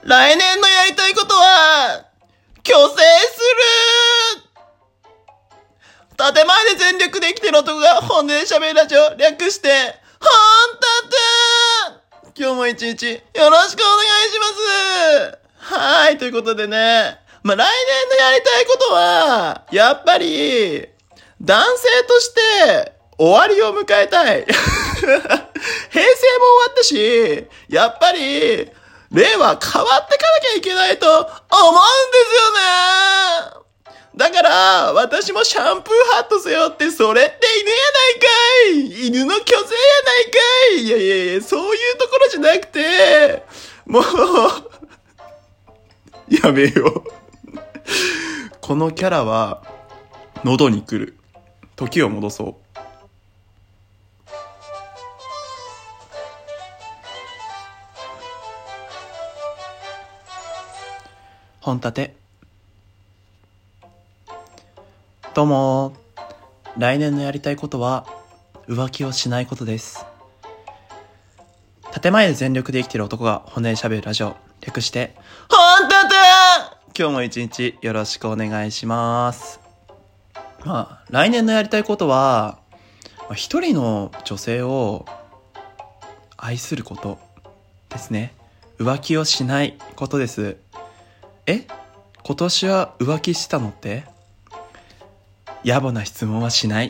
来年のやりたいことは、虚勢する。建前で全力で生きてる男が本音で喋るラジオ、略して、ほんたて。今日も一日よろしくお願いします。はい、ということでね、来年のやりたいことは、やっぱり、男性として、終わりを迎えたい。平成も終わったし、やっぱり、令和変わってかなきゃいけないと思うんですよね。だから、私もシャンプーハット背負って、それって犬やないかい。犬の虚勢やないかい。いや、そういうところじゃなくて、もう、やめよう。このキャラは、喉に来る。時を戻そう。本立て。どうも。来年のやりたいことは浮気をしないことです。建前で全力で生きている男が本音で喋るラジオ、略して本立て。今日も一日よろしくお願いします。来年のやりたいことは一人の女性を愛することですね。浮気をしないことです。今年は浮気したのって？野暮な質問はしない。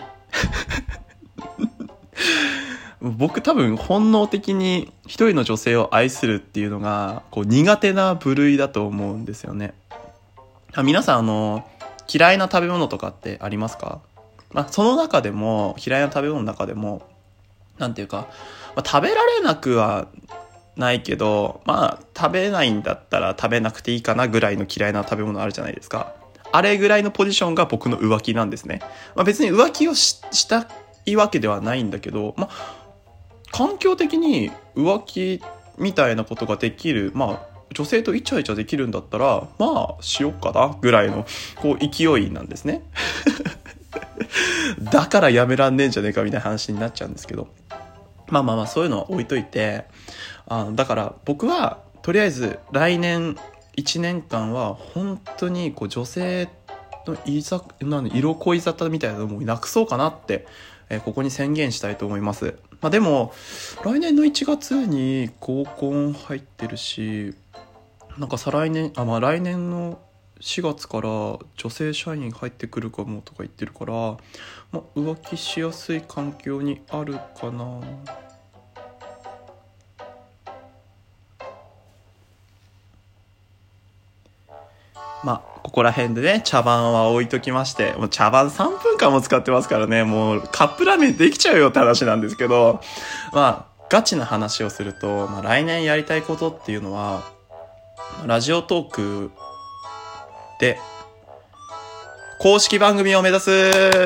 僕多分本能的に一人の女性を愛するっていうのが苦手な部類だと思うんですよね。皆さん嫌いな食べ物とかってありますか？その中でも嫌いな食べ物の中でもなんていうか、食べられなくはないけど、食べないんだったら食べなくていいかなぐらいの嫌いな食べ物あるじゃないですか。あれぐらいのポジションが僕の浮気なんですね。別に浮気をしたいわけではないんだけど、環境的に浮気みたいなことができる、女性とイチャイチャできるんだったら、しよっかなぐらいの勢いなんですね。だからやめらんねえんじゃねえかみたいな話になっちゃうんですけど、そういうのは置いといて、だから僕はとりあえず来年1年間は本当に女性の色恋沙汰みたいなのもなくそうかなって、ここに宣言したいと思います。でも来年の1月に合コン入ってるし、来年の4月から女性社員入ってくるかもとか言ってるから、浮気しやすい環境にあるかな。ここら辺でね、茶番は置いときまして、もう茶番3分間も使ってますからね、もうカップラーメンできちゃうよって話なんですけど、ガチな話をすると、来年やりたいことっていうのは、ラジオトークで公式番組を目指す。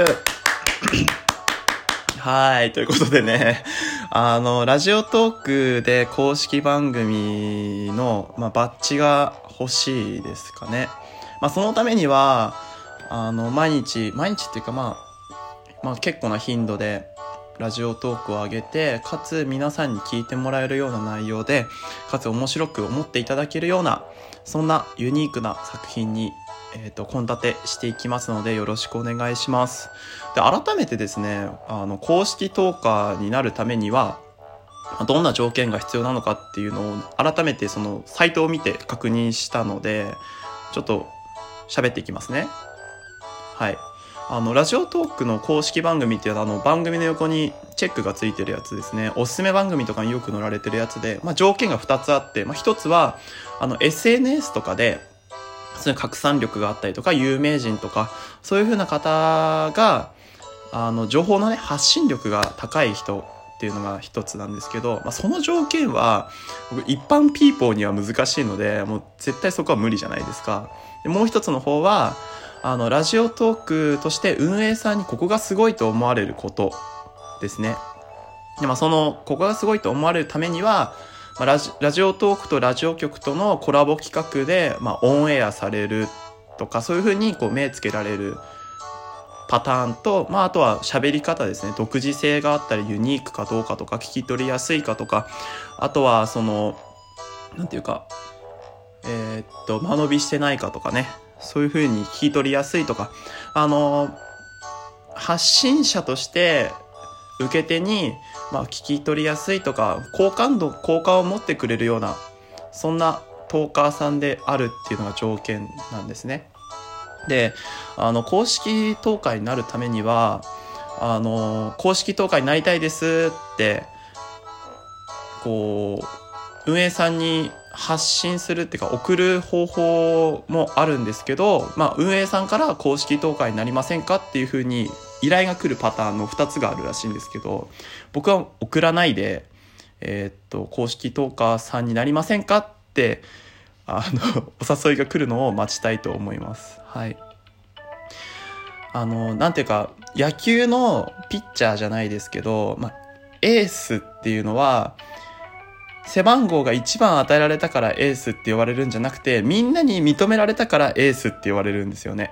はい、ということでね、ラジオトークで公式番組の、バッジが欲しいですかね。そのためには、毎日っていうか結構な頻度でラジオトークを上げて、かつ皆さんに聞いてもらえるような内容で、かつ面白く思っていただけるような、そんなユニークな作品に献立していきますので、よろしくお願いします。で、改めてですね、公式トーカーになるためにはどんな条件が必要なのかっていうのを改めてそのサイトを見て確認したので、ちょっと喋っていきますね。はい。ラジオトークの公式番組っていうのは番組の横にチェックがついてるやつですね。おすすめ番組とかによく載られてるやつで、条件が2つあって、1つはSNS とかでそういう拡散力があったりとか、有名人とかそういう風な方が情報のね発信力が高い人っていうのが一つなんですけど、その条件は僕一般ピーポーには難しいので、もう絶対そこは無理じゃないですか。でもう一つの方はラジオトークとして運営さんにここがすごいと思われることですね。で、ここがすごいと思われるためには、ラジオトークとラジオ局とのコラボ企画で、オンエアされるとか、そういう風に目つけられるパターンと、あとは喋り方ですね。独自性があったりユニークかどうかとか、聞き取りやすいかとか、あとはなんていうか間延びしてないかとかね、そういう風に聞き取りやすいとか、発信者として受け手に、聞き取りやすいとか、好感を持ってくれるような、そんなトーカーさんであるっていうのが条件なんですね。で、公式トーカーになるためには、公式トーカーになりたいですって、こう、運営さんに発信するっていうか、送る方法もあるんですけど、運営さんから公式トーカーになりませんかっていう風に依頼が来るパターンの2つがあるらしいんですけど、僕は送らないで、公式トーカーさんになりませんかって、お誘いが来るのを待ちたいと思います。はい。なんていうか、野球のピッチャーじゃないですけど、エースっていうのは、背番号が1番与えられたからエースって言われるんじゃなくて、みんなに認められたからエースって言われるんですよね。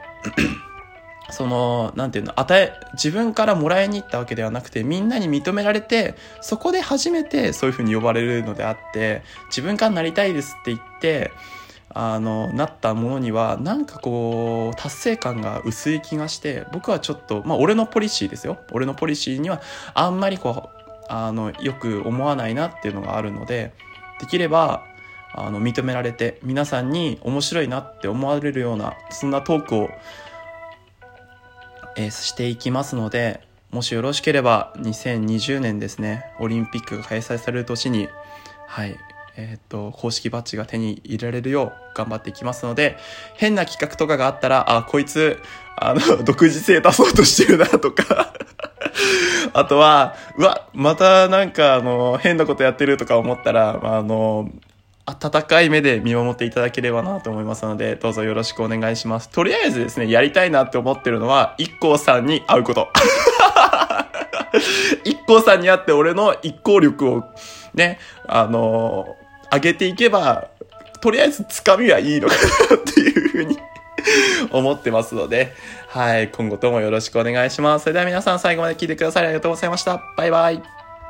なんていうの、自分からもらいに行ったわけではなくて、みんなに認められて、そこで初めてそういう風に呼ばれるのであって、自分からなりたいですって言って、なったものには、なんかこう、達成感が薄い気がして、僕はちょっと、俺のポリシーですよ。俺のポリシーには、あんまりこう、よく思わないなっていうのがあるので、できれば、認められて、皆さんに面白いなって思われるような、そんなトークを、していきますので、もしよろしければ2020年ですね、オリンピックが開催される年に、はい、公式バッジが手に入れられるよう頑張っていきますので、変な企画とかがあったら、こいつ独自性出そうとしてるなとかあとはまたなんか変なことやってるとか思ったら、温かい目で見守っていただければなと思いますので、どうぞよろしくお願いします。とりあえずですね、やりたいなって思ってるのは、IKKOさんに会うこと。IKKOさんに会って俺の一行力をね、上げていけば、とりあえずつかみはいいのかなっていうふうに思ってますので、はい、今後ともよろしくお願いします。それでは皆さん最後まで聞いてくださりありがとうございました。バイバイ。